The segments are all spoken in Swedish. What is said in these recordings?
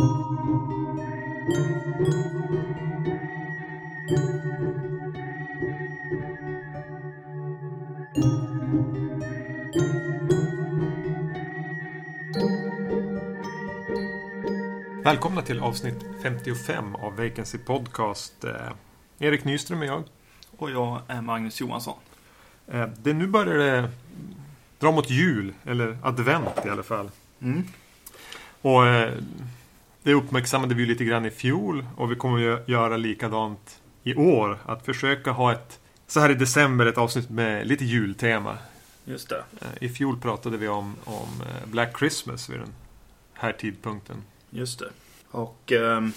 Välkomna till avsnitt 55 av Vacancy Podcast. Erik Nyström är jag. Och jag är Magnus Johansson. Nu börjar det dra mot jul, eller advent i alla fall. Mm. Och det uppmärksammade vi lite grann i fjol. Och vi kommer att göra likadant i år. Att försöka ha så här i december, ett avsnitt med lite jultema. Just det. I fjol pratade vi om Black Christmas vid den här tidpunkten. Just det. Och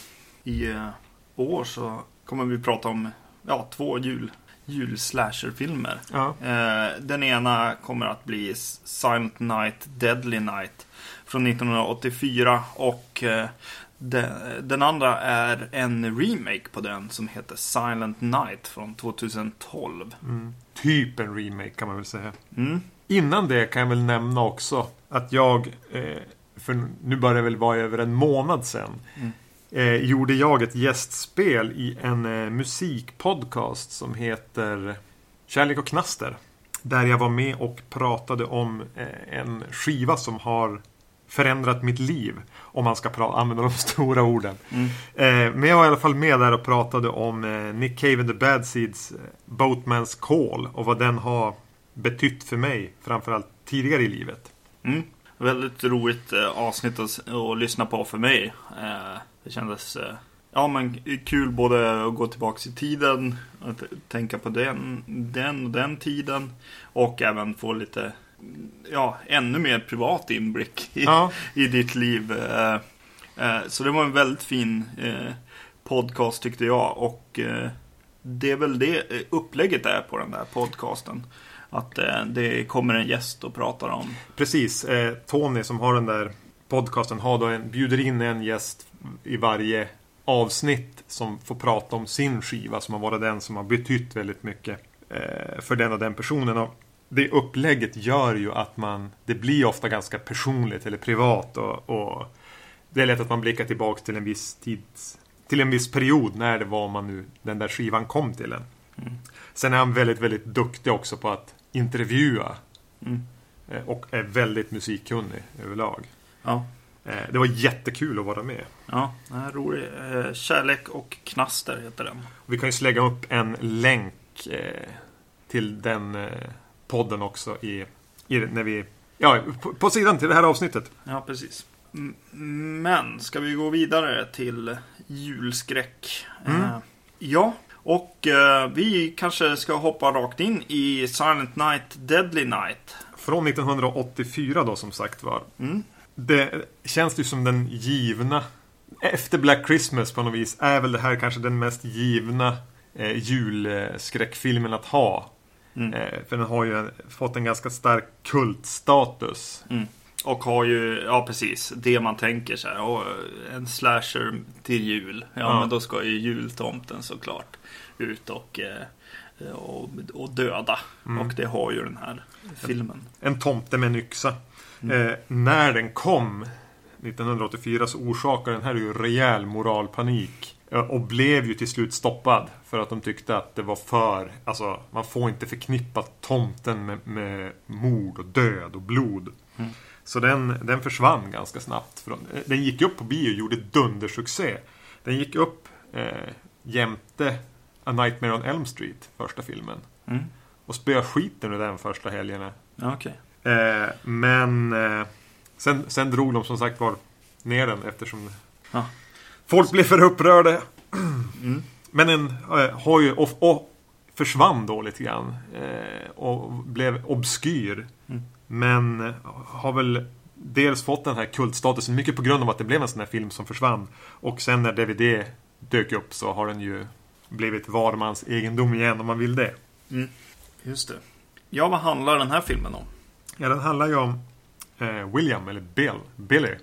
i år så kommer vi prata om två julslasherfilmer. Ja. Den ena kommer att bli Silent Night, Deadly Night från 1984. Och den andra är en remake på den som heter Silent Night från 2012. Typ en remake kan man väl säga. Mm. Innan det kan jag väl nämna också att jag, för nu börjar det väl vara över en månad sedan, gjorde jag ett gästspel i en musikpodcast som heter Kärlek och Knaster. Där jag var med och pratade om en skiva som har förändrat mitt liv, om man ska använda de stora orden. Men jag var i alla fall med där och pratade om Nick Cave and the Bad Seeds Boatman's Call och vad den har betytt för mig, framförallt tidigare i livet. Väldigt roligt avsnitt att lyssna på för mig. Det kändes kul både att gå tillbaka i tiden, att tänka på den tiden, och även få lite ännu mer privat inblick i ditt liv. Så det var en väldigt fin podcast tyckte jag, och det är väl det upplägget är på den där podcasten. Att det kommer en gäst och pratar om. Precis, Tony som har den där podcasten bjuder in en gäst i varje avsnitt som får prata om sin skiva som har varit den som har betytt väldigt mycket för den och den personen. Och det upplägget gör ju att det blir ofta ganska personligt eller privat, och det är lätt att man blickar tillbaka till en viss till en viss period när det var den där skivan kom till en. Sen är han väldigt, väldigt duktig också på att intervjua och är väldigt musikkunnig överlag. Ja. Det var jättekul att vara med. Ja, det är roligt. Kärlek och Knaster heter den. Vi kan ju lägga upp en länk till den podden också när vi på sidan till det här avsnittet. Ja, precis. Men ska vi gå vidare till julskräck? Och vi kanske ska hoppa rakt in i Silent Night, Deadly Night. Från 1984 då, som sagt var. Det känns ju som den givna, efter Black Christmas på något vis, är väl det här kanske den mest givna julskräckfilmen att ha. För den har ju fått en ganska stark kultstatus. Och har ju, precis, det man tänker så här, och en slasher till jul. Men då ska ju jultomten såklart ut och döda. Och det har ju den här filmen. En tomte med en yxa. När den kom 1984 så orsakade den här ju rejäl moralpanik. Och blev ju till slut stoppad. För att de tyckte att det var man får inte förknippa tomten med mord och död och blod. Så den försvann ganska snabbt. Den gick upp på bio och gjorde dundersuccé. Den gick upp jämte A Nightmare on Elm Street, första filmen. Och spöade skiten ur den första helgerna. Okej. Men sen drog de som sagt var ner den eftersom folk blev för upprörda. Men den har ju och försvann då lite grann och blev obskyr. Men har väl dels fått den här kultstatusen mycket på grund av att det blev en sån här film som försvann. Och sen när DVD dök upp så har den ju blivit varmans egendom igen, om man vill det. Just det. Ja, vad handlar den här filmen om? Ja, den handlar ju om William, eller Billy.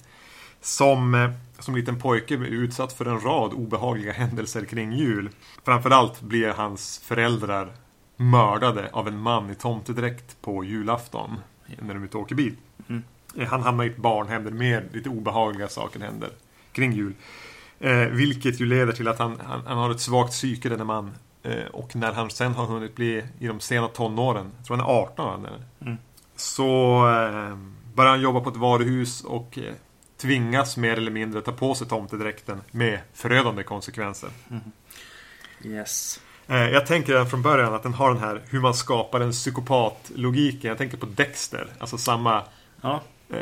Som liten pojke blir utsatt för en rad obehagliga händelser kring jul. Framförallt blir hans föräldrar mördade av en man i tomtedräkt på julafton när de är ute och åker bil. Han hamnar i ett barnhem där mer lite obehagliga saker händer. kring jul. Vilket ju leder till att han har ett svagt psyke, denna man. Och när han sen har hunnit bli i de sena tonåren, jag tror han är 18 eller? Så börjar han jobba på ett varuhus och tvingas mer eller mindre ta på sig tomtedräkten med förödande konsekvenser. Yes. Jag tänker redan från början att den har den här hur man skapar en psykopatlogiken. Jag tänker på Dexter, alltså samma. Ja.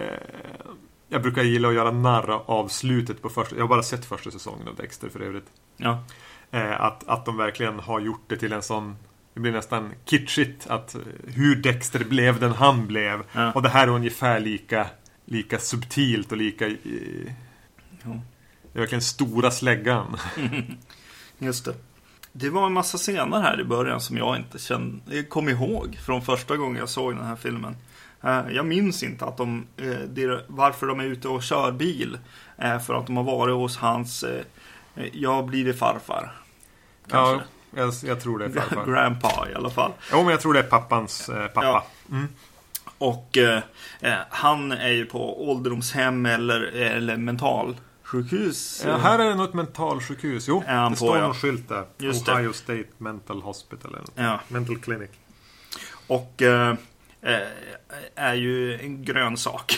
Jag brukar gilla att göra narr av slutet på första. Jag har bara sett första säsongen av Dexter för övrigt. Ja. Att de verkligen har gjort det till en sån. Det blir nästan kitschigt att hur Dexter blev den han blev. Ja. Och det här är ungefär lika subtilt och lika Ja. det är verkligen stora släggan. Just det. Det var en massa scener här i början som jag inte kom ihåg från första gången jag såg den här filmen. Jag minns inte att varför de är ute och kör bil. För att de har varit hos hans jag blir det farfar. Kanske. Ja, jag tror det är farfar. Grandpa i alla fall. Jo, men jag tror det är pappans pappa. Ja. Och han är ju på ålderdomshem eller mentalsjukhus. Ja, här är det nog ett mentalsjukhus. Jo, det står någon skylt där. Just Ohio det. State Mental Hospital eller Ja. Mental Clinic. Och är ju en grön sak.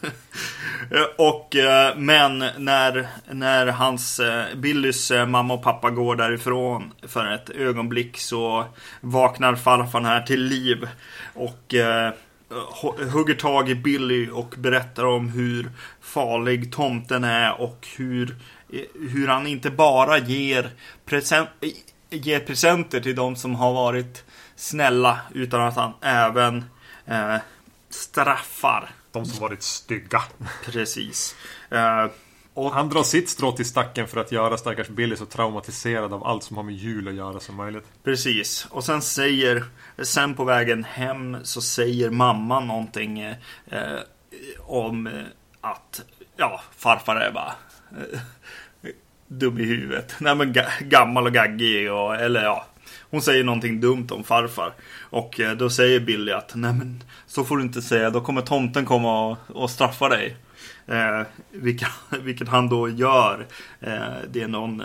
Och men när hans Billys mamma och pappa går därifrån för ett ögonblick så vaknar farfan här till liv och hugger tag i Billy och berättar om hur farlig tomten är och hur han inte bara ger presenter till de som har varit snälla utan att han även straffar de som varit stygga. Precis. Och han drar sitt strå till stacken för att göra stackars Billy så traumatiserad av allt som har med jul att göra som möjligt. Precis. Och sen på vägen hem så säger mamman någonting om att farfar är bara dum i huvudet. Nej, men gammal och gaggig hon säger någonting dumt om farfar. Och då säger Billy att nej, men så får du inte säga. Då kommer tomten komma och straffa dig. Vilket han då gör. Det är någon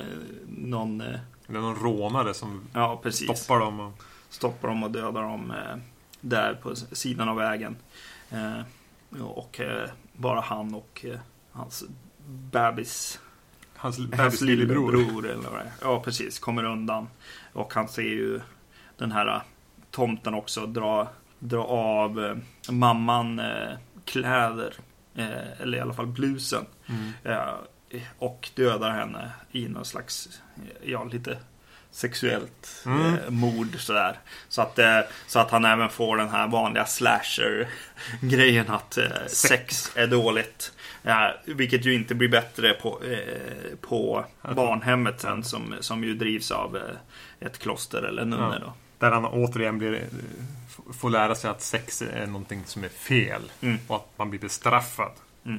rånare som stoppar dem och dödar dem där på sidan av vägen. Och bara han och hans bebis. Hans lillebror eller vad det är. Ja, precis, kommer undan. Och han ser ju den här tomten också dra av mamman kläder, eller i alla fall blusen, och dödar henne i någon slags lite sexuellt mord sådär. Så att han även får den här vanliga slasher-grejen att sex är dåligt. Vilket ju inte blir bättre på barnhemmet sen, som ju drivs av ett kloster eller nunnor då. Där han återigen får lära sig att sex är någonting som är fel och att man blir bestraffad.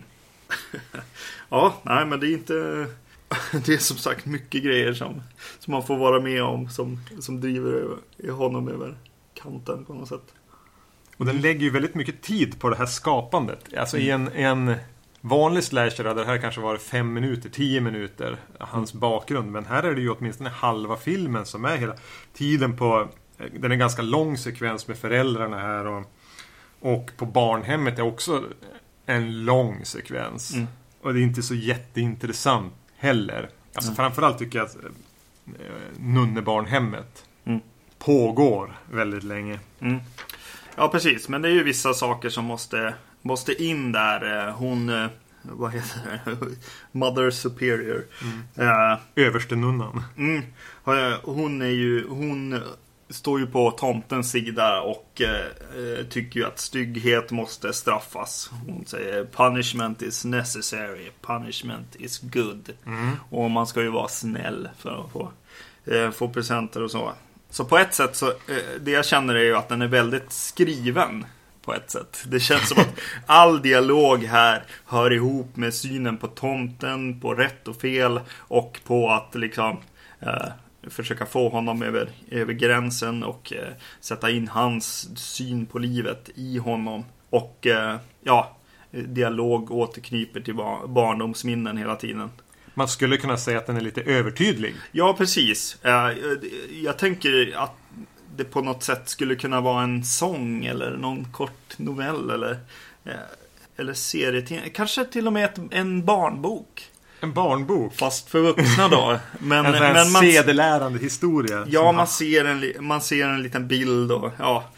Ja, nej, men det är inte. Det är som sagt mycket grejer som man får vara med om som driver honom över kanten på något sätt. Och den lägger ju väldigt mycket tid på det här skapandet. Alltså i en vanlig slasher hade det här kanske varit 5 minuter, 10 minuter hans bakgrund. Men här är det ju åtminstone halva filmen som är hela tiden på. Den är en ganska lång sekvens med föräldrarna här och på barnhemmet är också en lång sekvens. Och det är inte så jätteintressant heller. Alltså framförallt tycker jag att nunnebarnhemmet pågår väldigt länge. Ja, precis. Men det är ju vissa saker som måste in där. Hon, vad heter det? Mother Superior. Överste nunnan. Hon står ju på tomtens sida och tycker ju att stygghet måste straffas. Hon säger punishment is necessary, punishment is good. Och man ska ju vara snäll för att få presenter och så. Så på ett sätt så det jag känner är ju att den är väldigt skriven på ett sätt. Det känns som att all dialog här hör ihop med synen på tomten, på rätt och fel och på att liksom försöka få honom över gränsen och sätta in hans syn på livet i honom. Och dialog återknyper till barndomsminnen hela tiden. Man skulle kunna säga att den är lite övertydlig. Ja, precis. Jag tänker att det på något sätt skulle kunna vara en sång eller någon kort novell eller serietidning. Kanske till och med en barnbok. En barnbok? Fast för vuxna då. Men sedelärande historia. Ja, man ser en liten bild och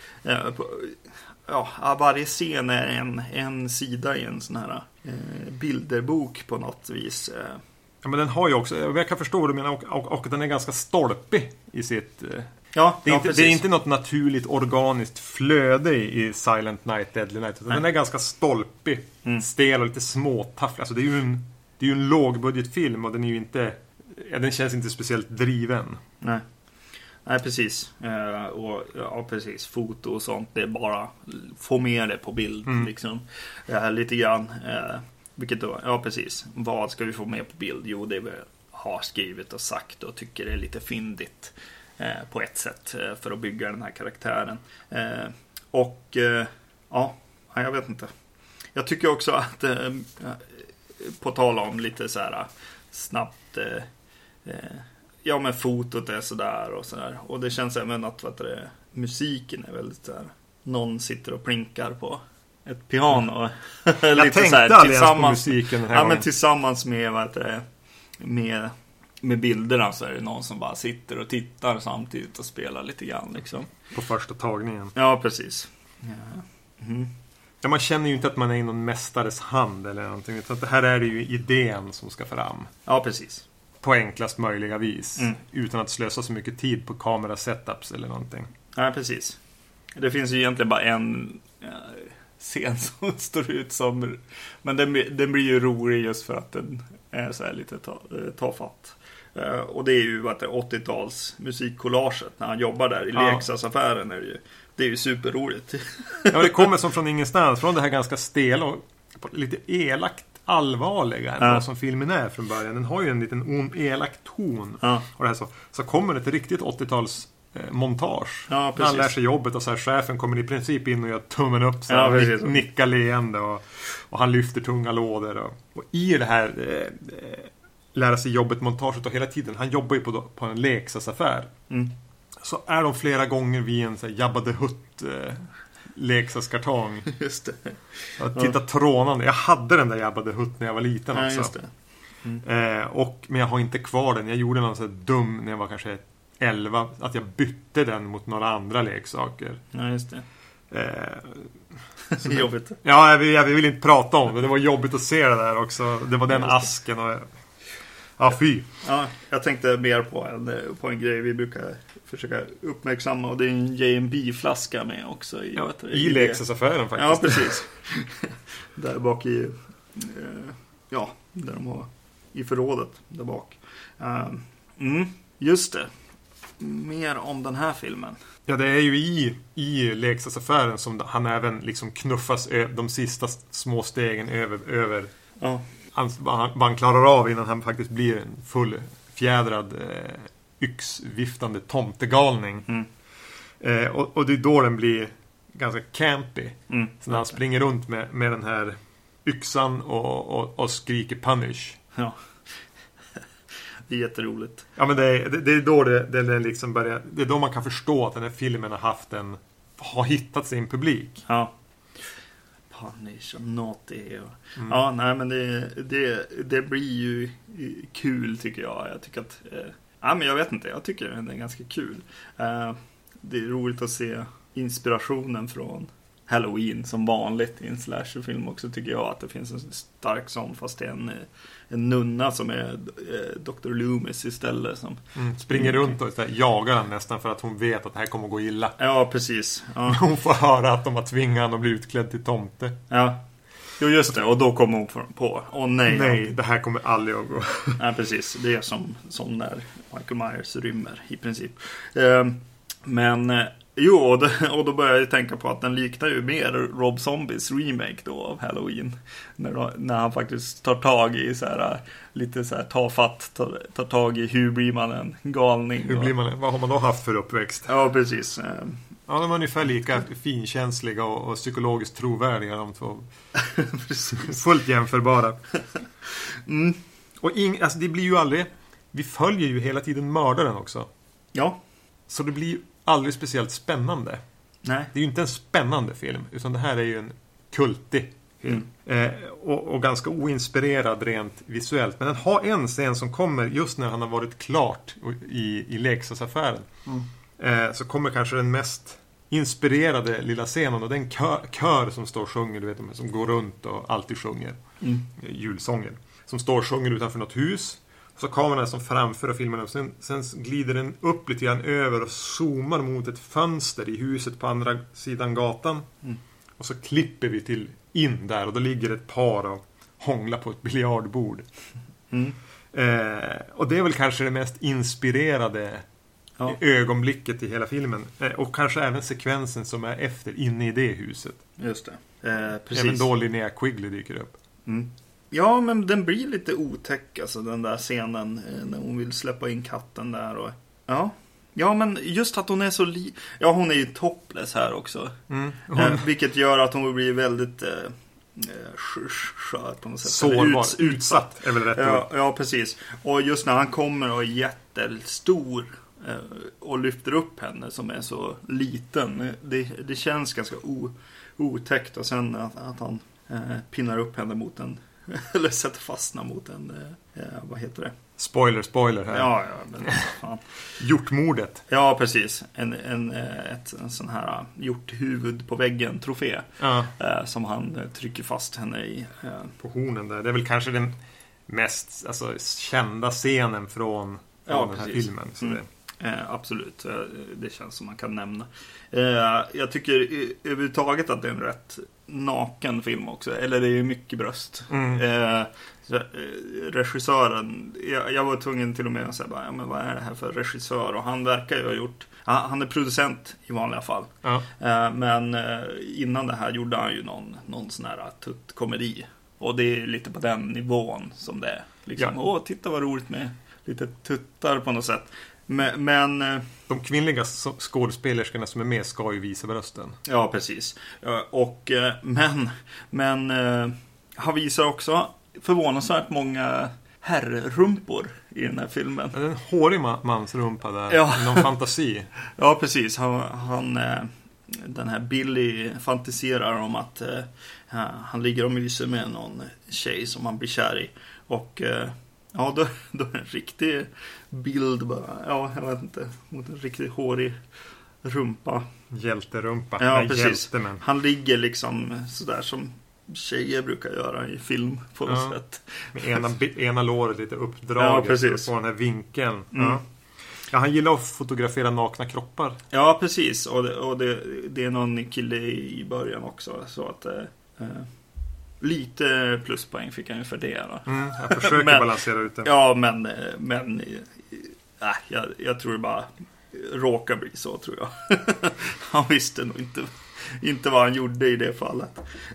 varje scen är en sida i en sån här bilderbok på något vis. Ja, men den har ju också, jag kan förstå vad du menar, och den är ganska stolpig i sitt... Ja, det är inte något naturligt organiskt flöde i Silent Night, Deadly Night. Den är ganska stolpig, stel och lite småtafflig. Alltså det är ju en lågbudgetfilm och den är ju inte... den känns inte speciellt driven. Nej, precis. Precis. Foto och sånt, det är bara få med det på bild liksom. Lite grann. Vilket då, precis. Vad ska vi få med på bild? Jo, det vi har skrivit och sagt och tycker är lite fyndigt på ett sätt för att bygga den här karaktären. Jag vet inte. Jag tycker också att på tal om lite så här snabbt men fotot är sådär och sådär. Och det känns även att musiken är väldigt så här, någon sitter och plinkar på ett piano. Jag lite tänkte aldrig tillsammans på musiken den här gången. Men tillsammans med bilderna så är det någon som bara sitter och tittar samtidigt och spelar lite grann liksom. På första tagningen. Ja, precis. Ja, man känner ju inte att man är i någon mästares hand eller någonting, utan det här är det ju idén som ska fram. Ja, precis. På enklast möjliga vis. Utan att slösa så mycket tid på kamerasetups eller någonting. Ja, precis. Det finns ju egentligen bara en scen som står ut som... Men den blir ju rolig just för att den är så här lite tafatt. Och det är ju 80-tals musikcollaget när han jobbar där i leksaksaffären. Det är ju superroligt. Ja, det kommer som från ingenstans. Från det här ganska stela och lite elakt allvarliga än vad som filmen är från början. Den har ju en liten elak ton. Och det här så kommer det ett riktigt 80-tals montage. Ja, han lär sig jobbet och så här, chefen kommer i princip in och gör tummen upp så här, nickar leende och han lyfter tunga lådor och i det här lära sig jobbet montaget och hela tiden, han jobbar ju på en leksaksaffär. Så är de flera gånger vid en så här Jabba the Hutt leksakskartong. Just det. Och titta trånande. Jag hade den där Jabba the Hutt när jag var liten också. Just det. Men jag har inte kvar den. Jag gjorde någon så här dum när jag var kanske 11, att jag bytte den mot några andra leksaker. Ja, just det. Jobbigt. Ja, jag vill inte prata om det. Det var jobbigt att se det där också. Det var den asken och... Ja, fy. Ja, jag tänkte mer på en grej vi brukar försöka uppmärksamma, och det är en J&B-flaska med också i leksaksaffären faktiskt. Ja, precis. Där bak i där de har i förrådet där bak. Just det. Mer om den här filmen. Ja, det är ju i leksaksaffären som han även liksom knuffas de sista små stegen över vad han klarar av innan han faktiskt blir en fullfjädrad yxviftande tomtegalning. Och det är då den blir ganska campy. Så när han springer runt med den här yxan och skriker punish. Ja. Det är jätteroligt. Ja, men det är då det liksom börjar, det är då man kan förstå att den här filmen har hittat sin publik. Ja. Punish och naughty. Ja, nej, men det blir ju kul tycker jag. Jag tycker att men jag vet inte, jag tycker det är ganska kul. Det är roligt att se inspirationen från Halloween som vanligt i en slasherfilm också, tycker jag, att det finns en stark sån, fast det är en nunna som är Dr. Loomis istället som springer runt och jagar han nästan för att hon vet att det här kommer att gå illa. Ja, precis. Ja. Hon får höra att de har tvingat honom att bli utklädd till tomte. Ja. Jo, just det, och då kommer hon på nej, det här kommer aldrig att gå. Ja, precis, det är som när Michael Myers rymmer i princip. Men och då börjar jag tänka på att den liknar ju mer Rob Zombies remake då av Halloween, när han faktiskt tar tag i så här, lite så här tafatt, tar tag i hur blir man en galning. Vad har man då haft för uppväxt? Ja, precis. Ja, de är ungefär lika finkänsliga och psykologiskt trovärdiga, de två. Fullt jämförbara. Och alltså det blir ju aldrig... Vi följer ju hela tiden mördaren också. Ja. Så det blir ju aldrig speciellt spännande. Nej. Det är ju inte en spännande film, utan det här är ju en kultig film. Och ganska oinspirerad rent visuellt. Men den har en scen som kommer just när han har varit klart i leksaksaffären. Så kommer kanske den mest inspirerade lilla scenen. Och det är en kör som står och sjunger, du vet, som går runt och alltid sjunger julsånger. Som står och sjunger utanför något hus. Så kameran är som framför och filmen. Och sen glider den upp lite grann över och zoomar mot ett fönster i huset på andra sidan gatan. Och så klipper vi till in där. Och då ligger ett par och hånglar på ett biljardbord. Och det är väl kanske det mest inspirerade ögonblicket i hela filmen. Och kanske även sekvensen som är efter inne i det huset. Just det. Precis. Även då Linnea Quigley dyker upp. Ja, men den blir lite otäck, alltså den där scenen när hon vill släppa in katten där. Och, ja, men just att hon är så hon är ju topless här också. Vilket gör att hon blir väldigt skör på något sätt. Sårbar, utsatt är väl rätt ord. Ja, precis. Och just när han kommer och är jättestor och lyfter upp henne som är så liten. Det känns ganska otäckt. Och sen att han pinnar upp henne mot en eller sätter fastna mot en vad heter det? Spoiler här. Ja, men fan. Hjortmordet. Ja, precis. En sån här hjorthuvud på väggen trofé som han trycker fast henne i. På hornen där. Det är väl kanske den mest kända scenen från den här filmen. Så absolut. Det känns som man kan nämna. Jag tycker överhuvudtaget att det är en rätt naken film också. Eller det är ju mycket bröst. Regissören, jag var tvungen till och med att säga men vad är det här för regissör? Och han verkar ju ha gjort, han är producent i vanliga fall. Men innan det här gjorde han ju någon sån här tuttkomedi. Och det är lite på den nivån som det är. Liksom, titta vad roligt med lite tuttar på något sätt. Men de kvinnliga skådespelerskorna som är med ska ju visa brösten. Ja, precis. Och men han visar också förvånansvärt många herrrumpor i den här filmen. Det är en hårig mansrumpa där. Någon fantasi. Ja, precis. Han den här Billy fantiserar om att han ligger och myser med någon tjej som han blir kär i. Och då är en riktig bild bara. Ja, jag vet inte. Mot en riktigt hårig rumpa. Hjälterumpa. Ja, precis. Han ligger liksom sådär som tjejer brukar göra i film på något sätt. Med ena låret lite uppdraget. Precis. På den här vinkeln. Ja, han gillar att fotografera nakna kroppar. Ja, precis. Och det är någon kille i början också. Så att lite pluspoäng fick han ju för det då. Jag försöker balansera ut det. Ja, men jag tror det bara råkar bli så, tror jag. Han visste nog inte vad han gjorde i det fallet.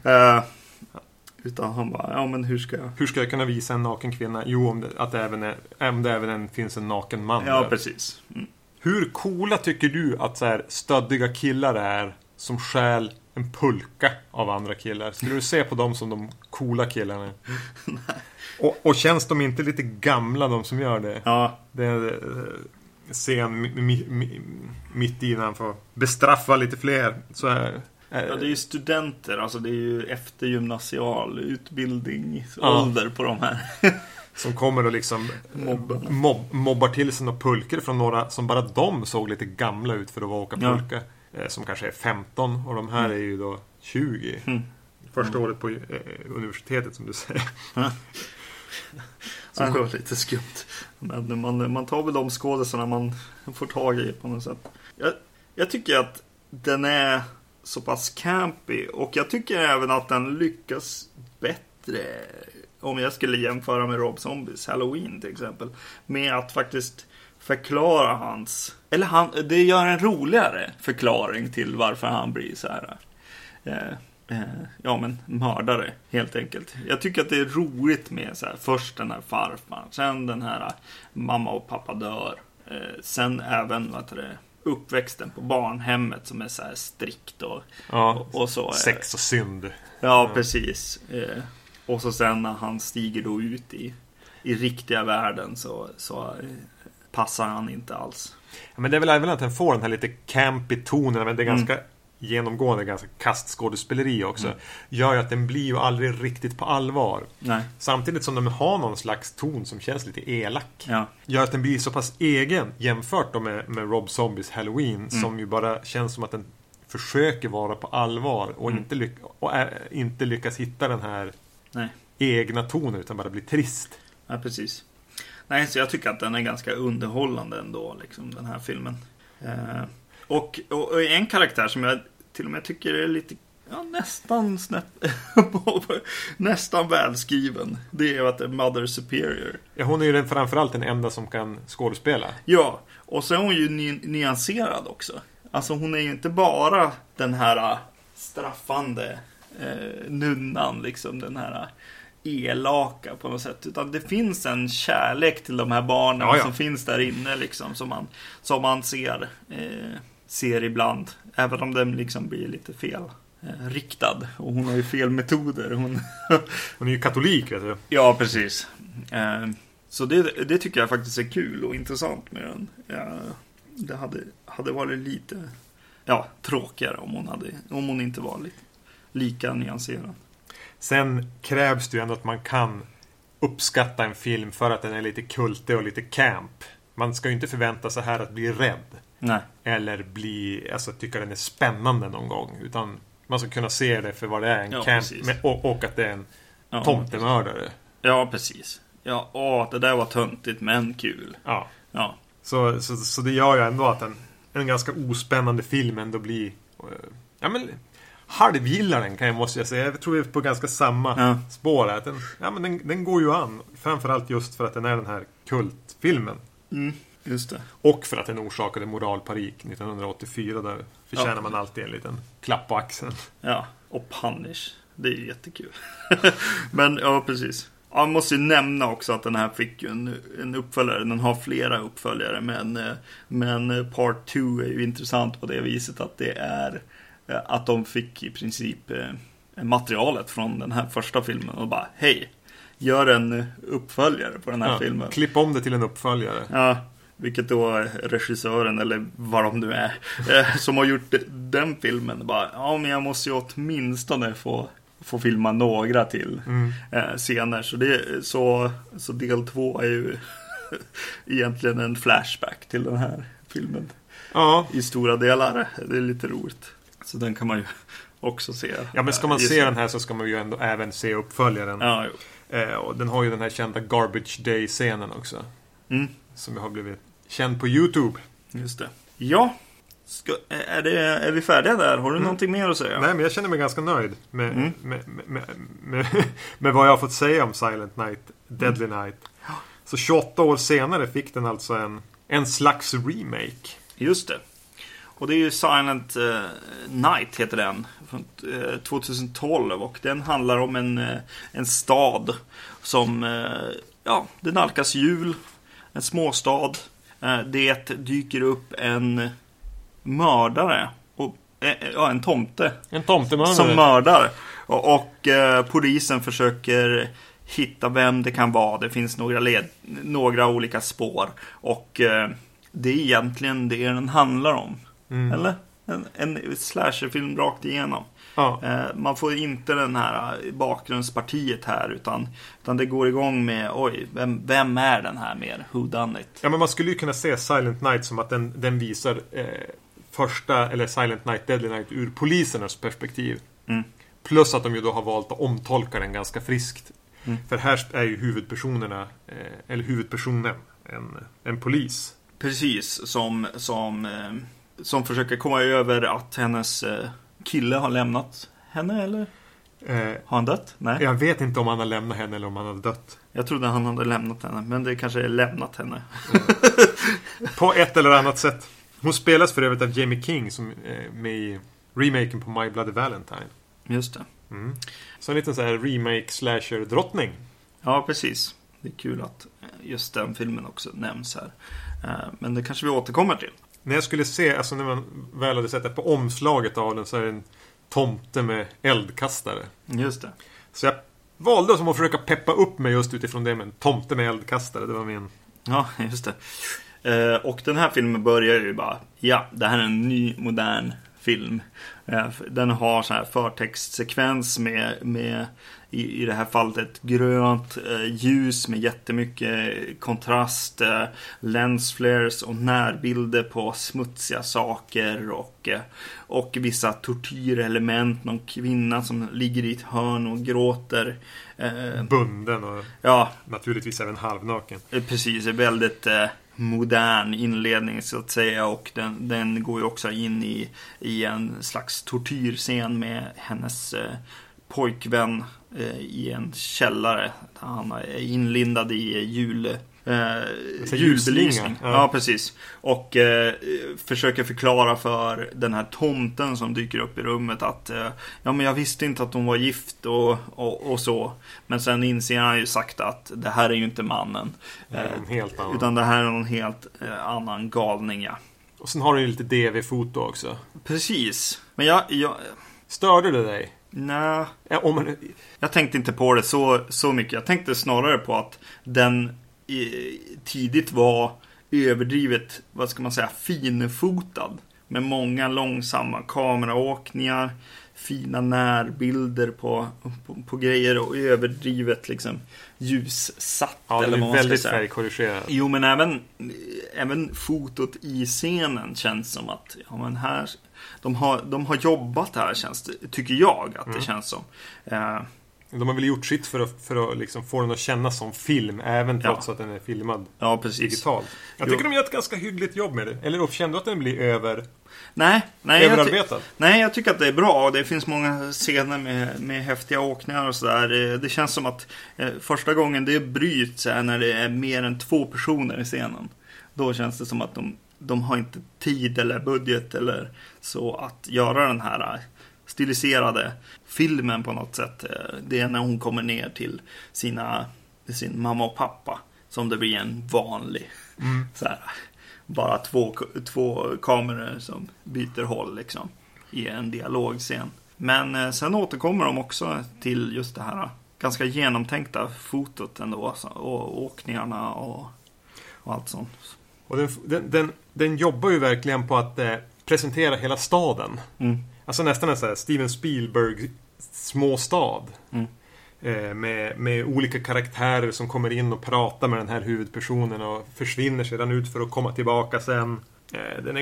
Utan han bara, men hur ska jag kunna visa en naken kvinna? Jo, om det även finns en naken man. Ja, där. precis. Hur coola tycker du att så här stöddiga killar är som stjäl en pulka av andra killar? Skulle du se på dem som de coola killarna? Nej. Och känns de inte lite gamla, de som gör det? Ja. Det är scen mitt i när han får bestraffa lite fler. Så här. Ja, det är ju studenter, alltså det är ju eftergymnasial utbildningsålder på de här. Som kommer och liksom mobbar till sig några pulker från några som bara de såg lite gamla ut för att åka pulka. Som kanske är 15 och de här är ju då 20. Första året på universitetet, som du säger. Så det var lite skumt. Men man tar väl de skådespelarna man får tag i på något sätt. Jag tycker att den är så pass campy, och jag tycker även att den lyckas bättre om jag skulle jämföra med Rob Zombies Halloween till exempel, med att faktiskt förklara det gör en roligare förklaring till varför han blir så här mördare helt enkelt. Jag tycker att det är roligt med så här, först den här farfar, sen den här mamma och pappa dör, sen även uppväxten på barnhemmet som är så här strikt och så. Sex och synd. Ja, precis. Och så sen när han stiger då ut i riktiga världen så passar han inte alls. Ja, men det är väl även att den får den här lite campy tonen, men det är ganska genomgående, ganska kastskådespeleri också. Gör ju att den blir ju aldrig riktigt på allvar. Nej. Samtidigt som de har någon slags ton som känns lite elak. Ja. Gör att den blir så pass egen jämfört då med Rob Zombies Halloween, som ju bara känns som att den försöker vara på allvar och inte lyckas hitta den här egna tonen, utan bara blir trist. Ja, precis. Nej, så jag tycker att den är ganska underhållande ändå, liksom, den här filmen. Och en karaktär som jag till och med tycker är lite nästan nästan välskriven, det är att det är Mother Superior. Ja, hon är ju framförallt den enda som kan skådespela. Ja, och så är hon ju nyanserad också. Alltså hon är ju inte bara den här straffande nunnan, liksom den här elaka på något sätt, utan det finns en kärlek till de här barnen som finns där inne, liksom, som man ser ibland, även om den liksom blir lite fel riktad, och hon har ju fel metoder. Hon är ju katolik, vet du. Ja, precis. Så det tycker jag faktiskt är kul och intressant med den. Det hade varit lite tråkigare om hon inte var lika nyanserad. Sen krävs det ju ändå att man kan uppskatta en film för att den är lite kultig och lite camp. Man ska ju inte förvänta sig här att bli rädd. Nej. Eller tycka den är spännande någon gång. Utan man ska kunna se det för vad det är, en camp och att det är en tomtemördare. Ja, precis. Ja, det där var töntigt men kul. Ja. Så det gör ju ändå att en ganska ospännande film ändå blir halvgillar den, måste jag säga. Jag tror vi är på ganska samma spår här. Den går ju an. Framförallt just för att den är den här kultfilmen. Just det. Och för att den orsakade moralpanik 1984. Där förtjänar man alltid en liten klapp på axeln. Ja, och Punish. Det är ju jättekul. Men ja, precis. Jag måste ju nämna också att den här fick ju en uppföljare. Den har flera uppföljare, men Part 2 är ju intressant på det viset att det är att de fick i princip materialet från den här första filmen och bara, hej, gör en uppföljare på den här filmen. Klipp om det till en uppföljare. Ja, vilket då regissören, eller vad de nu är, som har gjort den filmen, bara, men jag måste ju åtminstone få filma några till scener. Så del 2 är ju egentligen en flashback till den här filmen. Ja. I stora delar. Det är lite roligt. Så den kan man ju också se. Ja, men ska man se den här så ska man ju ändå även se uppföljaren. Ja, och den har ju den här kända Garbage Day-scenen också. Som har blivit känd på YouTube. Just det. Ja. Är vi färdiga där? Har du någonting mer att säga? Nej, men jag känner mig ganska nöjd med vad jag har fått säga om Silent Night, Deadly Night. Så 28 år senare fick den alltså en slags remake. Just det. Och det är ju Silent Night heter den, från 2012, och den handlar om en stad som det nalkas jul, en småstad. Det dyker upp en mördare och en tomte. En tomtemördare som mördar. Och polisen försöker hitta vem det kan vara. Det finns några olika spår, och det är egentligen det den handlar om. Eller? En slasherfilm rakt igenom. Man får inte den här bakgrundspartiet här, utan det går igång med vem är den här mer who done it? Ja, men man skulle ju kunna se Silent Night som att den visar första, eller Silent Night, Deadly Night ur polisernas perspektiv. Plus att de ju då har valt att omtolka den ganska friskt. För här är ju huvudpersonen en polis. Precis, som försöker komma över att hennes kille har lämnat henne, eller? Har han dött? Nej. Jag vet inte om han har lämnat henne eller om han har dött. Jag trodde han hade lämnat henne, men det kanske är lämnat henne. På ett eller annat sätt. Hon spelas för övrigt av Jamie King som med i remaken på My Bloody Valentine. Just det. Så en liten så här remake/slasher-drottning. Ja, precis. Det är kul att just den filmen också nämns här. Men det kanske vi återkommer till. När jag skulle se, alltså när man väl hade sett det på omslaget av den, så är det en tomte med eldkastare. Just det. Så jag valde som att försöka peppa upp mig just utifrån det med en tomte med eldkastare. Det var min... Ja, just det. Och den här filmen börjar ju bara, ja, det här är en ny modern film. Den har så här förtextsekvens med i det här fallet ett grönt ljus med jättemycket kontrast, lensflares och närbilder på smutsiga saker och vissa tortyrelement, någon kvinna som ligger i ett hörn och gråter, bunden och ja, naturligtvis även halvnaken. Precis, är väldigt modern inledning så att säga, och den går ju också in i en slags tortyrscen med hennes pojkvän i en källare. Han är inlindad i julbelysning. Ja, precis. Och försöker förklara för den här tomten som dyker upp i rummet att ja, men jag visste inte att hon var gift och så. Men sen inser han ju sagt att det här är ju inte mannen. Helt annan. Utan det här är någon helt annan galning, ja. Och sen har du ju lite DV-foto också. Precis. Men jag störde det dig? Nej. Ja, jag tänkte inte på det så mycket. Jag tänkte snarare på att den tidigt var överdrivet, vad ska man säga, finfotad. Med många långsamma kameraåkningar, fina närbilder på grejer och överdrivet liksom ljussatt. Ja, det eller vad är man ska väldigt säga. färgkorrigerat. Jo, men även fotot i scenen känns som att ja, men här, de har jobbat här, tycker jag att det känns som. De har väl gjort sitt för att liksom få den att kännas som film, även trots att den är filmad digitalt. Jag tycker de gör ett ganska hyggligt jobb med det. Eller känner du att den blir överarbetad? Nej, jag tycker att det är bra. Det finns många scener med häftiga åkningar och sådär. Det känns som att första gången det bryts är när det är mer än 2 personer i scenen. Då känns det som att de har inte tid eller budget eller så att göra den här stiliserade filmen på något sätt. Det är när hon kommer ner till sin mamma och pappa som det blir en vanlig så här, bara två kameror som byter håll liksom i en dialogscen. Men sen återkommer de också till just det här ganska genomtänkta fotot ändå, och åkningarna och allt sånt. Och den jobbar ju verkligen på att presentera hela staden. Alltså nästan en så här Steven Spielberg småstad. Med olika karaktärer som kommer in och pratar med den här huvudpersonen och försvinner sedan ut för att komma tillbaka sen. Den är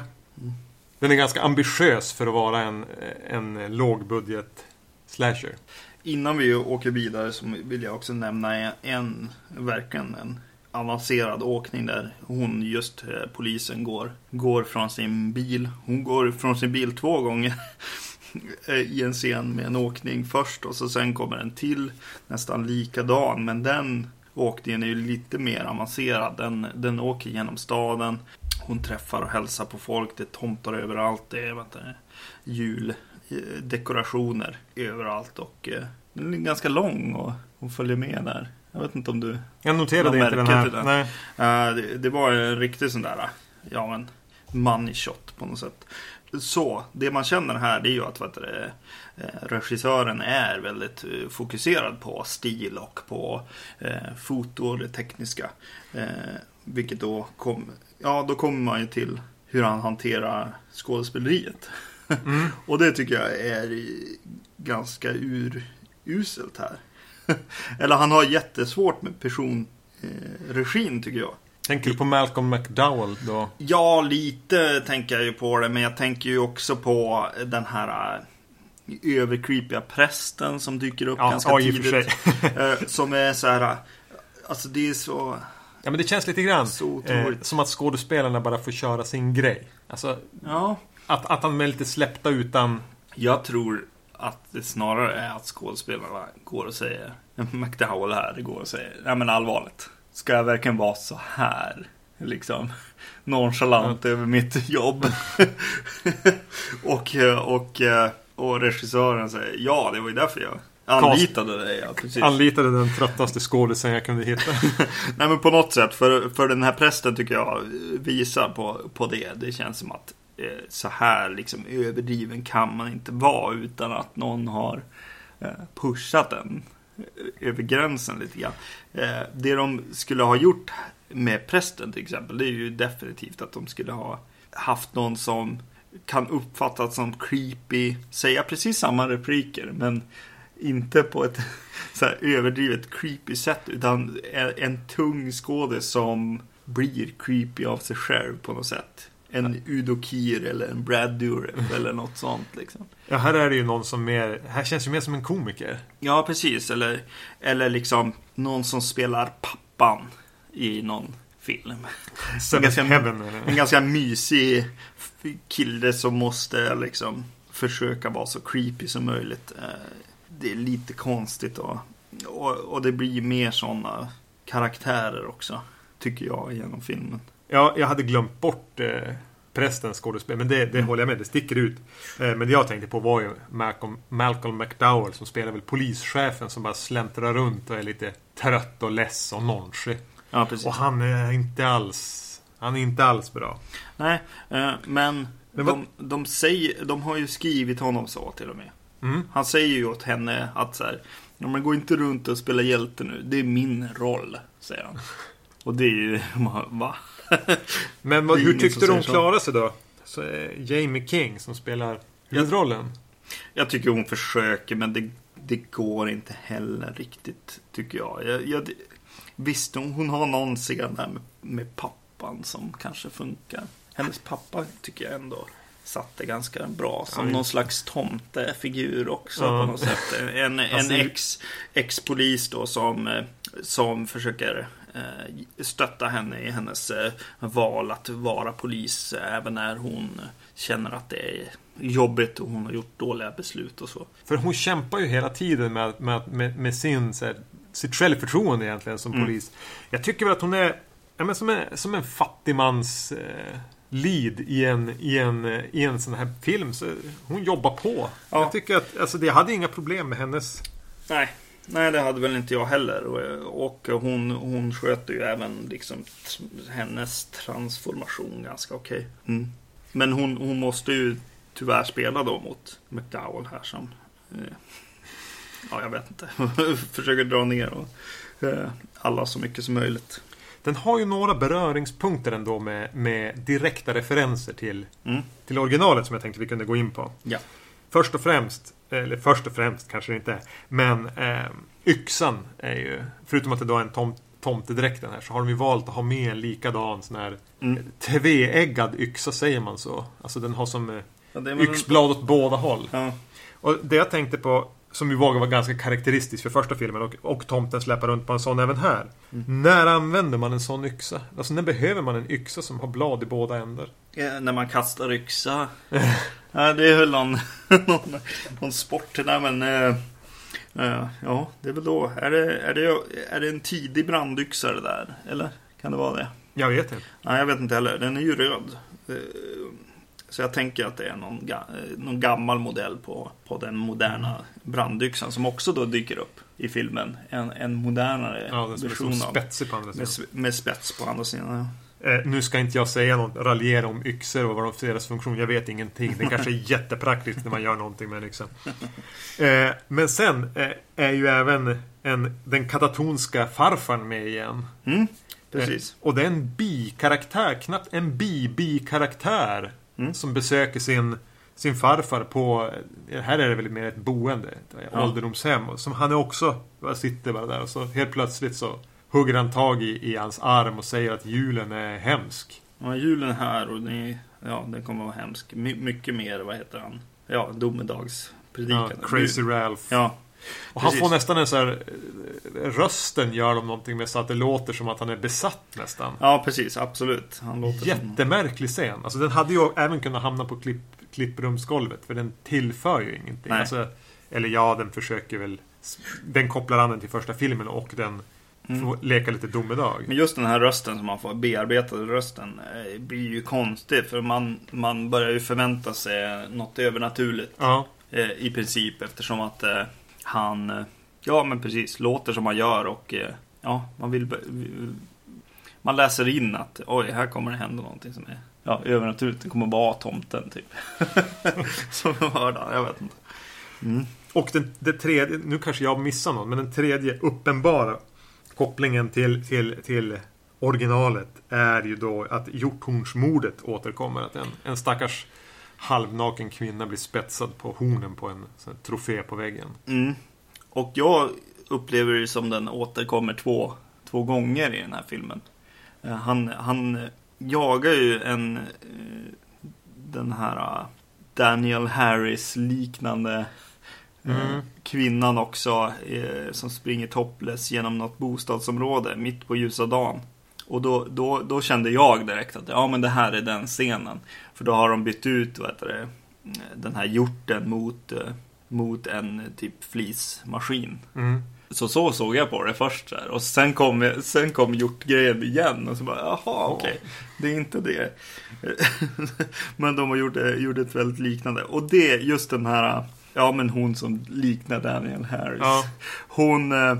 ganska ambitiös för att vara en lågbudget slasher. Innan vi åker vidare så vill jag också nämna verkligen en avancerad åkning där polisen går från sin bil. Hon går från sin bil 2 gånger i en scen med en åkning först, och så sen kommer en till nästan likadan, men den åkningen är ju lite mer avancerad. Den åker genom staden. Hon träffar och hälsar på folk. Det är tomtar överallt. Det är juldekorationer överallt, och den är ganska lång och hon följer med där. Jag vet inte om du... Jag noterade inte den här. Nej. Det var en riktig sån där money shot på något sätt. Så det man känner här, det är ju att regissören är väldigt fokuserad på stil och på foto och det tekniska. Vilket då kommer man ju till hur han hanterar skådespeleriet. Och det tycker jag är ganska uruselt här. Eller han har jättesvårt med personregin, tycker jag. Tänker du på Malcolm McDowell då? Ja, lite tänker jag ju på det. Men jag tänker ju också på den här övercreepiga prästen som dyker upp ganska tidigt. Som är så här... Alltså det är så... Ja, men det känns lite grann som att skådespelarna bara får köra sin grej. Alltså, att han är lite släppta utan... Jag tror att det snarare är att skådespelarna går och säger... McDowell här, det går och säger... Nej, men allvarligt. Ska jag verkligen vara så här liksom nonchalant över mitt jobb? och regissören säger ja, det var ju därför jag anlitade dig. Ja, precis. Anlitade den tröttaste skådisen jag kunde hitta. Nej, men på något sätt för den här prästen tycker jag visar på det. Det känns som att så här liksom överdriven kan man inte vara utan att någon har pushat den över gränsen lite grann. Det de skulle ha gjort med prästen till exempel, det är ju definitivt att de skulle ha haft någon som kan uppfattas som creepy, säga precis samma repliker, men inte på ett så här överdrivet creepy sätt, utan en tung skådis som blir creepy av sig själv på något sätt. En Udo Kier eller en Brad Dourif eller något sånt liksom. Ja, här är det ju någon som mer... Här känns ju mer som en komiker. Ja, precis. Eller liksom någon som spelar pappan i någon film. En ganska mysig kille som måste liksom försöka vara så creepy som möjligt. Det är lite konstigt och det blir mer sådana karaktärer också, tycker jag, genom filmen. Ja, jag hade glömt bort prästens skådespel, men det håller jag med, det sticker ut. Men det jag tänkte på var ju Malcolm McDowell som spelar väl polischefen som bara släntrar runt och är lite trött och less och nonchig. Ja, precis. Och han är inte alls bra. Nej, men de har ju skrivit honom så till och med. Han säger ju åt henne att så här, man går inte runt och spelar hjälte nu, det är min roll, säger han. Och det är ju, va? Men hur tyckte de klarade sig då? Så Jamie King som spelar huvudrollen. Jag tycker hon försöker, men det går inte heller riktigt, tycker jag. Visst, hon har någon scen där med pappan som kanske funkar. Hennes pappa tycker jag ändå satte ganska bra som någon slags tomtefigur också på något sätt. En ex-polis då som försöker stötta henne i hennes val att vara polis även när hon känner att det är jobbigt och hon har gjort dåliga beslut och så. För hon kämpar ju hela tiden med sitt självförtroende egentligen som polis. Jag tycker väl att hon är som en fattigmans lead i en sån här film, så hon jobbar på. Ja. Jag tycker att alltså, det hade inga problem med hennes... Nej, det hade väl inte jag heller. Och hon sköter ju även liksom hennes transformation ganska okej. Men hon måste ju tyvärr spela då mot McDowell här som jag vet inte försöker dra ner alla så mycket som möjligt. Den har ju några beröringspunkter ändå med direkta referenser till originalet som jag tänkte vi kunde gå in på. Ja. Först och främst kanske det inte är, men yxan är ju, förutom att det då är en tomtedräkten här, så har de ju valt att ha med en likadan sån här tveeggad yxa, säger man så. Alltså den har som yxblad åt båda håll. Ja. Och det jag tänkte på, som ju var ganska karaktäristiskt för första filmen, och tomten släpar runt på en sån även här. När använder man en sån yxa? Alltså när behöver man en yxa som har blad i båda ändar? När man kastar yxa. Ja, det är väl någon sport där, men ja, det är väl då. Är det en tidig brandyxa det där? Eller kan det vara det? Jag vet inte. Nej, jag vet inte heller. Den är ju röd. Så jag tänker att det är någon gammal modell på den moderna brandyxan som också då dyker upp i filmen. En modernare version av med spets på andra sidan. Ja. Nu ska inte jag säga något, raljera om yxor och vad deras funktion. Jag vet ingenting. Det kanske är jättepraktiskt när man gör någonting med en yxa. Men sen är ju även den katatonska farfaren med igen. Precis. Och det är en bikaraktär, knappt en bikaraktär som besöker sin farfar på, här är det väl mer ett boende, ett ålderdomshem, som han är också sitter bara där, och så helt plötsligt så hugger han tag i hans arm och säger att julen är hemsk. Ja, julen är här och den kommer att vara hemsk. Mycket mer, vad heter han? Ja, domedagspredikan. Ja, Crazy Ralph. Ja. Och han får nästan en så här, rösten gör de någonting med så att det låter som att han är besatt nästan. Ja, precis, absolut. Han låter jättemärklig scen. Alltså den hade ju även kunnat hamna på klipprumsgolvet, för den tillför ju ingenting. Alltså, eller ja, den försöker väl, den kopplar an den till första filmen och den får leka lite domedag. Men just den här rösten som man får, bearbetade rösten, blir ju konstig, för man börjar ju förvänta sig något övernaturligt. Ja. I princip, eftersom att han men precis, låter som man gör, och man läser in att här kommer det hända någonting som är övernaturligt. Det kommer vara tomten typ. Som vi hörde, jag vet inte. Och det tredje, nu kanske jag missar någon, men den tredje uppenbara kopplingen till originalet är ju då att hjorthornsmordet återkommer. Att en stackars halvnaken kvinna blir spetsad på hornen på en sån trofé på väggen. Och jag upplever det som den återkommer två gånger i den här filmen. Han jagar ju den här Daniel Harris liknande kvinnan också, som springer topless genom något bostadsområde mitt på ljusa dagen. Och då kände jag direkt att men det här är den scenen. För då har de bytt ut den här hjorten mot en typ flismaskin. Så såg jag på det först där. Och sen kom hjortgrejen igen. Och så bara, jaha, okej. Det är inte det. Men de har gjort ett väldigt liknande. Och det, just den här, men hon som liknar Daniel Harris. Ja.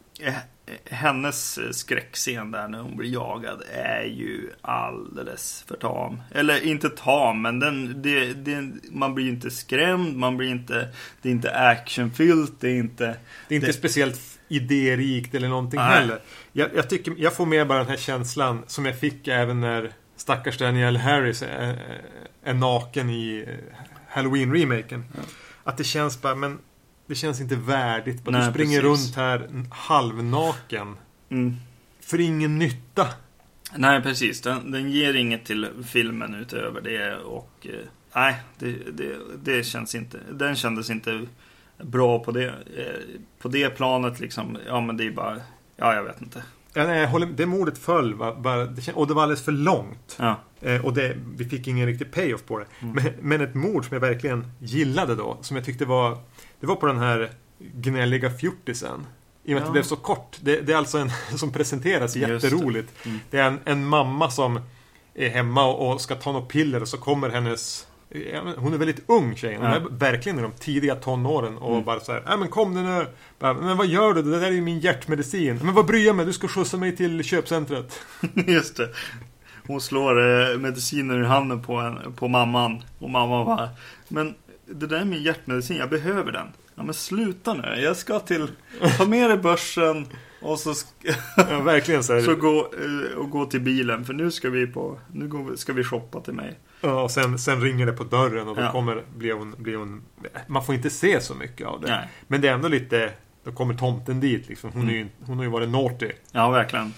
Hennes skräckscen där när hon blir jagad är ju alldeles för tam. Eller inte tam, men man blir inte skrämd, det är inte actionfyllt, det är inte speciellt idérikt eller någonting heller. Jag tycker jag får med bara den här känslan som jag fick även när stackars Daniel Harris är naken i Halloween-remaken. Att det känns bara, men det känns inte värdigt. Du springer runt här halvnaken. För ingen nytta. Nej, precis. Den ger inget till filmen utöver det. Och nej, det känns inte. Den kändes inte bra på det planet liksom. Ja, men det är bara, jag vet inte. Det mordet föll och det var alldeles för långt. Ja. Och vi fick ingen riktig payoff på det. Men ett mord som jag verkligen gillade då, som jag tyckte det var på den här gnälliga fjortisen. I och med att det blev så kort. Det är alltså en som presenteras jätteroligt. Det är en mamma som är hemma och ska ta något piller, och så kommer hennes... Hon är väldigt ung tjej. Hon är verkligen i de tidiga tonåren. Och bara så här, men kom nu. Men vad gör du? Det där är ju min hjärtmedicin. Men vad bryr jag mig? Du ska skjutsa mig till köpcentret. Just det. Hon slår mediciner i handen på mamman. Och mamma bara, men det där är min hjärtmedicin, jag behöver den. Ja, men sluta nu. Jag ska ta med dig börsen och så verkligen så här. Så gå till bilen, för nu ska vi shoppa till mig. Ja, och sen ringer det på dörren och då blir hon man får inte se så mycket av det. Nej. Men det är ändå lite, då kommer tomten dit liksom. Hon har ju varit naughty. Ja, verkligen.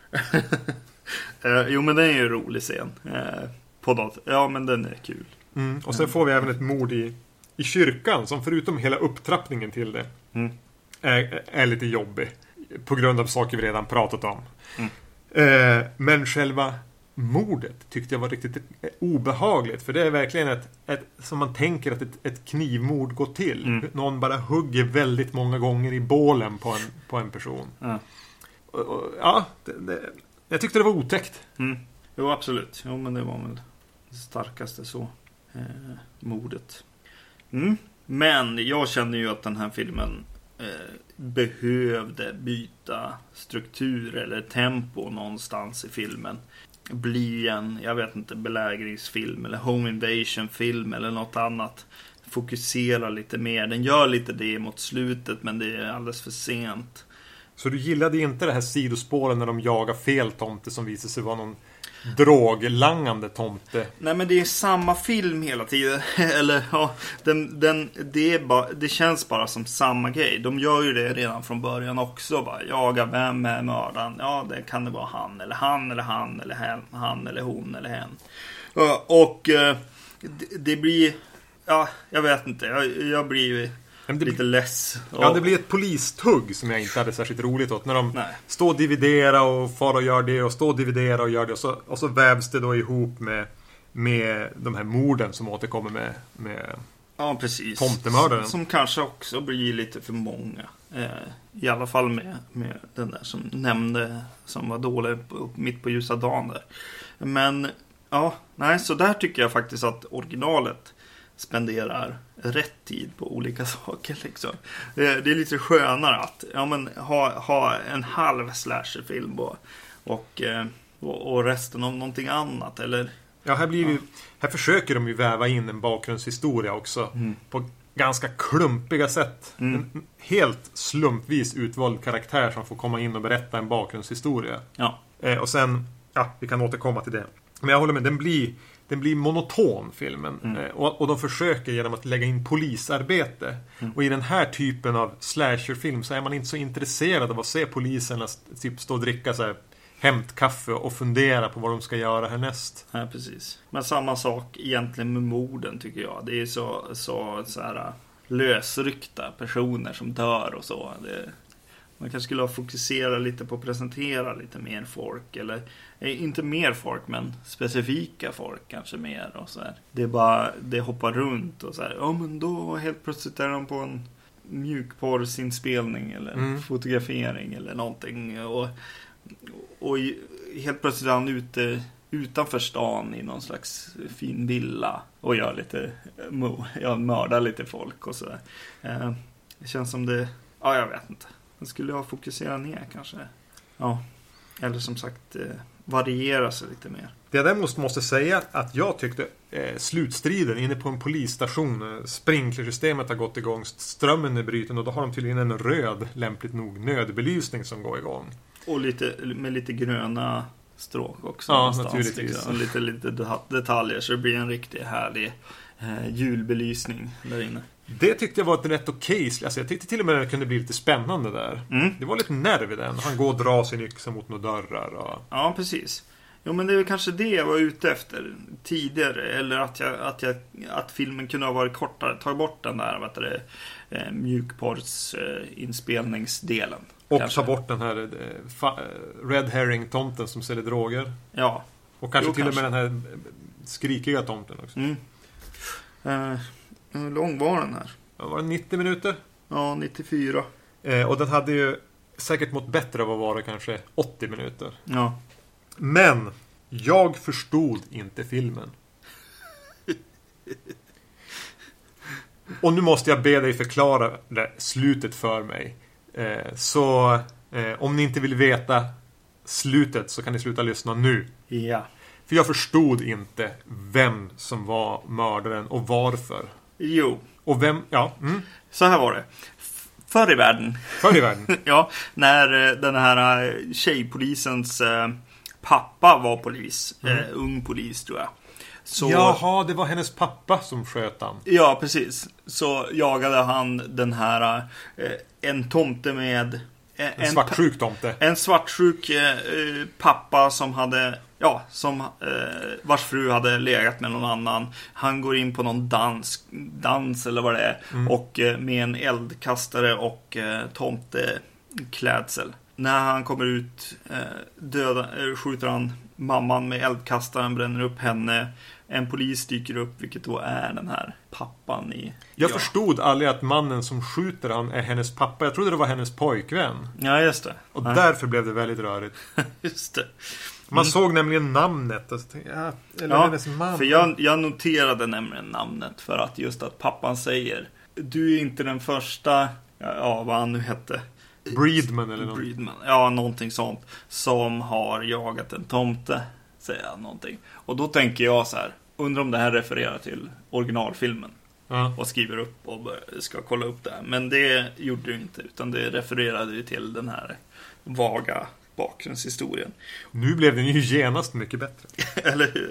Jo, men det är ju en rolig scen. På något. Ja, men den är kul. Och sen får vi även ett mord i kyrkan, som förutom hela upptrappningen till det är lite jobbig på grund av saker vi redan pratat om. Men själva mordet tyckte jag var riktigt obehagligt, för det är verkligen ett som man tänker att ett knivmord går till. Någon bara hugger väldigt många gånger i bålen på en person. Jag tyckte det var otäckt. Jo, absolut. Jo, men det var väl det starkaste så mordet. Men jag känner ju att den här filmen behövde byta struktur eller tempo någonstans i filmen. Bli en, jag vet inte, belägringsfilm eller home invasion film eller något annat. Fokusera lite mer. Den gör lite det mot slutet, men det är alldeles för sent. Så du gillade inte det här sidospåren när de jagar fel tomte som visar sig vara någon droglangande tomte? Nej, men det är samma film hela tiden. Eller det känns bara som samma grej. De gör ju det redan från början också. Bara jaga, vem är mördaren? Ja, det kan det vara han eller han eller han eller hen, han eller hon eller hen. Och det blir, jag vet inte. Jag blir lite less. Ja, det blir ett polistugg som jag inte hade särskilt roligt åt. När de står och dividera och far och gör det och står och dividera och gör det. Och så vävs det då ihop med de här morden som återkommer med precis. Tomtemördaren. Som kanske också blir lite för många. I alla fall med den där som nämnde, som var dålig mitt på ljusa dagen där. Men så där tycker jag faktiskt att originalet spenderar rätt tid på olika saker liksom. Det är lite skönare att ha en halv slasherfilm och resten av någonting annat, eller här försöker de ju väva in en bakgrundshistoria också ganska klumpiga sätt. En helt slumpvis utvald karaktär som får komma in och berätta en bakgrundshistoria. Ja. Och sen, vi kan återkomma till det. Men jag håller med, den blir monoton, filmen. Och de försöker genom att lägga in polisarbete. Och i den här typen av slasherfilm så är man inte så intresserad av att se poliserna typ stå och dricka så här hämtkaffe och fundera på vad de ska göra härnäst. Ja, precis. Men samma sak egentligen med morden, tycker jag. Det är så här lösryckta personer som dör och så. Man kanske skulle ha fokuserat lite på att presentera lite mer folk. Eller inte mer folk, men specifika folk kanske mer. Och så här. Det hoppar runt och så här. Ja, men då helt plötsligt är de på en mjukporrsinspelning eller fotografering eller någonting. Och helt plötsligt är han ute utanför stan i någon slags fin villa och gör lite mördar lite folk och så där. Det känns som det, jag vet inte. Man skulle ha fokuserat ner kanske. Ja. Eller som sagt variera sig lite mer. Det jag däremot måste säga att jag tyckte slutstriden inne på en polisstation, sprinklersystemet har gått igång, strömmen är bruten och då har de tydligen en röd, lämpligt nog, nödbelysning som går igång. Och med lite gröna stråk också. Ja, naturligtvis. Liksom. Och lite detaljer så det blir en riktigt härlig julbelysning där inne. Det tyckte jag var ett rätt okej. Alltså jag tyckte till och med att det kunde bli lite spännande där. Det var lite nerv i den. Han går och drar sin yxa mot några dörrar. Och... Ja, precis. Jo, men det är väl kanske det jag var ute efter tidigare. Eller att filmen kunde ha varit kortare. Ta bort den där mjukporrsinspelningsdelen. Och kanske ta bort den här Red Herring-tomten som säljer droger. Ja. Och kanske till och med den här skrikiga tomten också. Hur lång var den här? Var det 90 minuter? Ja, 94. Och den hade ju säkert mått bättre av att vara kanske 80 minuter. Ja. Men jag förstod inte filmen. Och nu måste jag be dig förklara det slutet för mig. Så om ni inte vill veta slutet så kan ni sluta lyssna nu. Ja. För jag förstod inte vem som var mördaren och varför. Jo. Och vem, Så här var det. Förr i världen. Ja, när den här tjejpolisens pappa var polis. Ung polis, tror jag. Så, jaha, det var hennes pappa som sköt han. Ja, precis. Så jagade han den här en tomte med en svartsjuk tomte. En svartsjuk pappa som hade vars fru hade legat med någon annan. Han går in på någon dans eller vad det är och med en eldkastare och tomteklädsel. När han kommer ut skjuter han mamman med eldkastaren, bränner upp henne. En polis dyker upp, vilket då är den här pappan i... Jag förstod aldrig att mannen som skjuter han är hennes pappa. Jag trodde det var hennes pojkvän. Ja, just det. Och därför blev det väldigt rörigt. Just det. Man såg nämligen namnet. Eller hennes man. För jag noterade nämligen namnet. För att just att pappan säger: du är inte den första... vad han nu hette. Breedman eller något. Breedman. Ja, någonting sånt. Som har jagat en tomte, säger han någonting. Och då tänker jag så här: undrar om det här refererar till originalfilmen. Och skriver upp och ska kolla upp det här. Men det gjorde det inte, utan det refererade ju till den här vaga bakgrundshistorien. Nu blev den ju genast mycket bättre. Eller hur?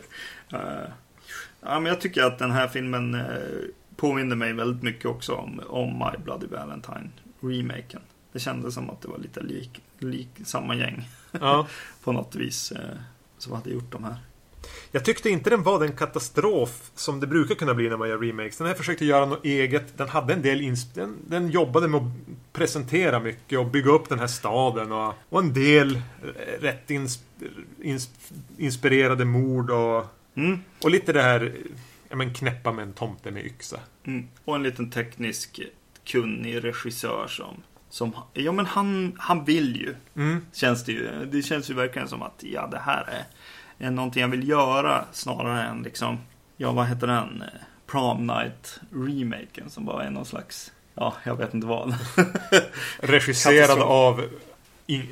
Men jag tycker att den här filmen påminner mig väldigt mycket också om My Bloody Valentine remaken. Det kändes som att det var lite lik samma gäng på något vis som hade gjort de här. Jag tyckte inte den var den katastrof som det brukar kunna bli när man gör remakes. Den här försökte göra något eget. Den hade en del den jobbade med att presentera mycket och bygga upp den här staden och en del rätt inspirerade mord och lite det här knäppa med en tomte med yxa. Och en liten teknisk kunnig regissör som men han vill ju. Känns det ju. Det känns ju verkligen som att det här är någonting jag vill göra snarare än liksom, vad heter den? Prom Night remaken som bara är någon slags, jag vet inte vad. Regisserad av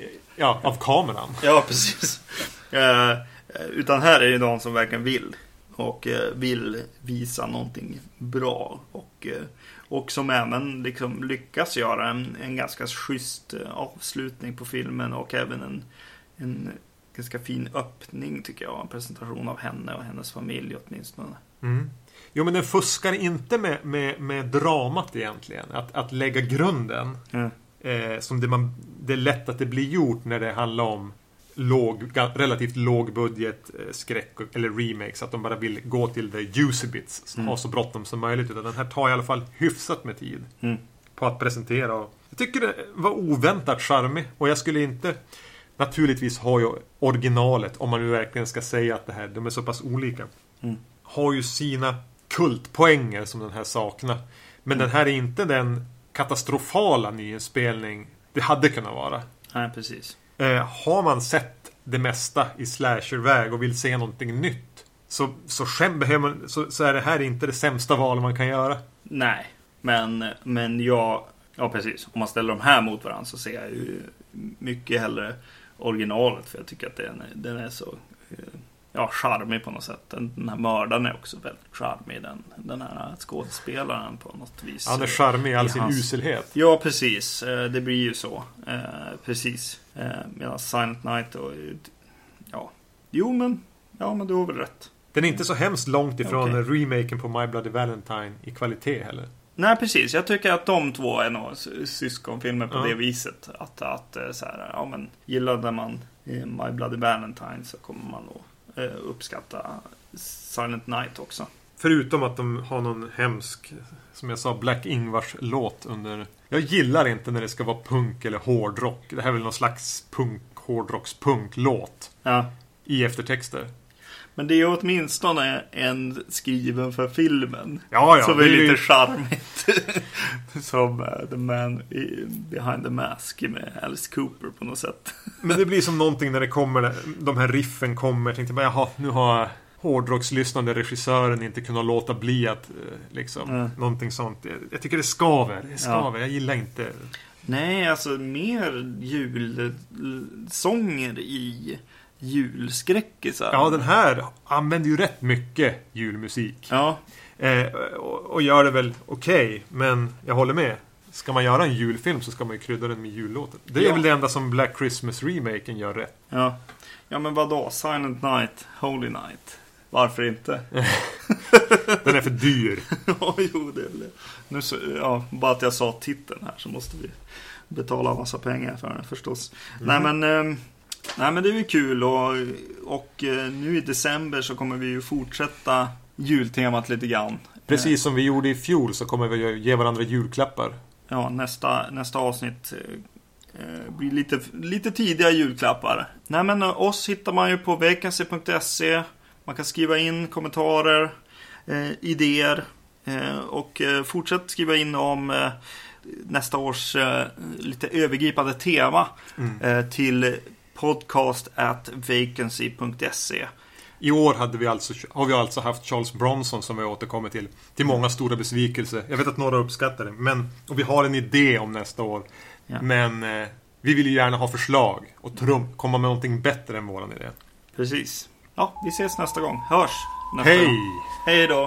kameran. Ja, precis. Utan här är det någon som verkligen vill och vill visa någonting bra och som även liksom lyckas göra en ganska schysst avslutning på filmen och även en ganska fin öppning tycker jag, en presentation av henne och hennes familj åtminstone. Jo, men den fuskar inte med dramat egentligen, att lägga grunden som det är lätt att det blir gjort när det handlar om relativt låg budget skräck eller remakes, att de bara vill gå till the juicy bits som har så bråttom som möjligt, utan den här tar i alla fall hyfsat med tid på att presentera. Och jag tycker det var oväntat charmig, och jag skulle inte naturligtvis ha ju originalet, om man nu verkligen ska säga att de är så pass olika, har ju sina kultpoänger som den här saknar, men den här är inte den katastrofala nyinspelning det hade kunnat vara. Nej, precis. Har man sett det mesta i slasherväg och vill se någonting nytt, så är det här inte det sämsta val man kan göra. Nej, men ja, precis. Om man ställer de här mot varandra så ser jag ju mycket hellre originalet, för jag tycker att den är så charmig på något sätt. Den här mördaren är också väldigt charmig, den här skådespelaren på något vis. Han är charmig i all sin uselhet. Ja, precis. Det blir ju så. Precis. Medan Silent Night och men du har väl rätt. Den är inte så hemskt långt ifrån remaken på My Bloody Valentine i kvalitet heller. Nej, precis. Jag tycker att de två är nog syskonfilmer på det viset. Att så här, men gillade man My Bloody Valentine så kommer man nog uppskatta Silent Night också. Förutom att de har någon hemsk, som jag sa, Black Ingvars låt under. Jag gillar inte när det ska vara punk eller hårdrock. Det här är väl någon slags hårdrockspunk-låt i eftertexter. Men det är åtminstone en skriven för filmen. Ja, som är lite charmigt. Som The Man Behind the Mask med Alice Cooper på något sätt. Men det blir som någonting när det kommer, de här riffen kommer. Tänkte bara, jaha, nu har hårdrockslyssnande regissören inte kunnat låta bli att någonting sånt. Jag tycker det skaver. Jag gillar inte. Nej, alltså mer julsånger i julskräckisar. Ja, den här använder ju rätt mycket julmusik. Ja. Och gör det väl okej, men jag håller med. Ska man göra en julfilm så ska man ju krydda den med jullåten. Det är väl det enda som Black Christmas-remaken gör rätt. Ja, men vadå? Silent Night, Holy Night. Varför inte? Den är för dyr. Jo, det är det. Nu så, bara att jag sa titeln här så måste vi betala en massa pengar för den förstås. Nej, men det är ju kul och nu i december så kommer vi ju fortsätta jultemat lite grann. Precis som vi gjorde i fjol så kommer vi ge varandra julklappar. Ja, nästa avsnitt blir lite tidiga julklappar. Nej, men oss hittar man ju på vacancy.se. Man kan skriva in kommentarer, idéer och fortsätt skriva in om nästa års lite övergripande tema till podcast@vacancy.se. I år har vi alltså haft Charles Bronson som vi återkommer till många stora besvikelser. Jag vet att några uppskattar det, och vi har en idé om nästa år. Ja. Men vi vill ju gärna ha förslag och komma med någonting bättre än våran idé. Precis. Ja, vi ses nästa gång. Hörs nästa Hej! gång. Hej då!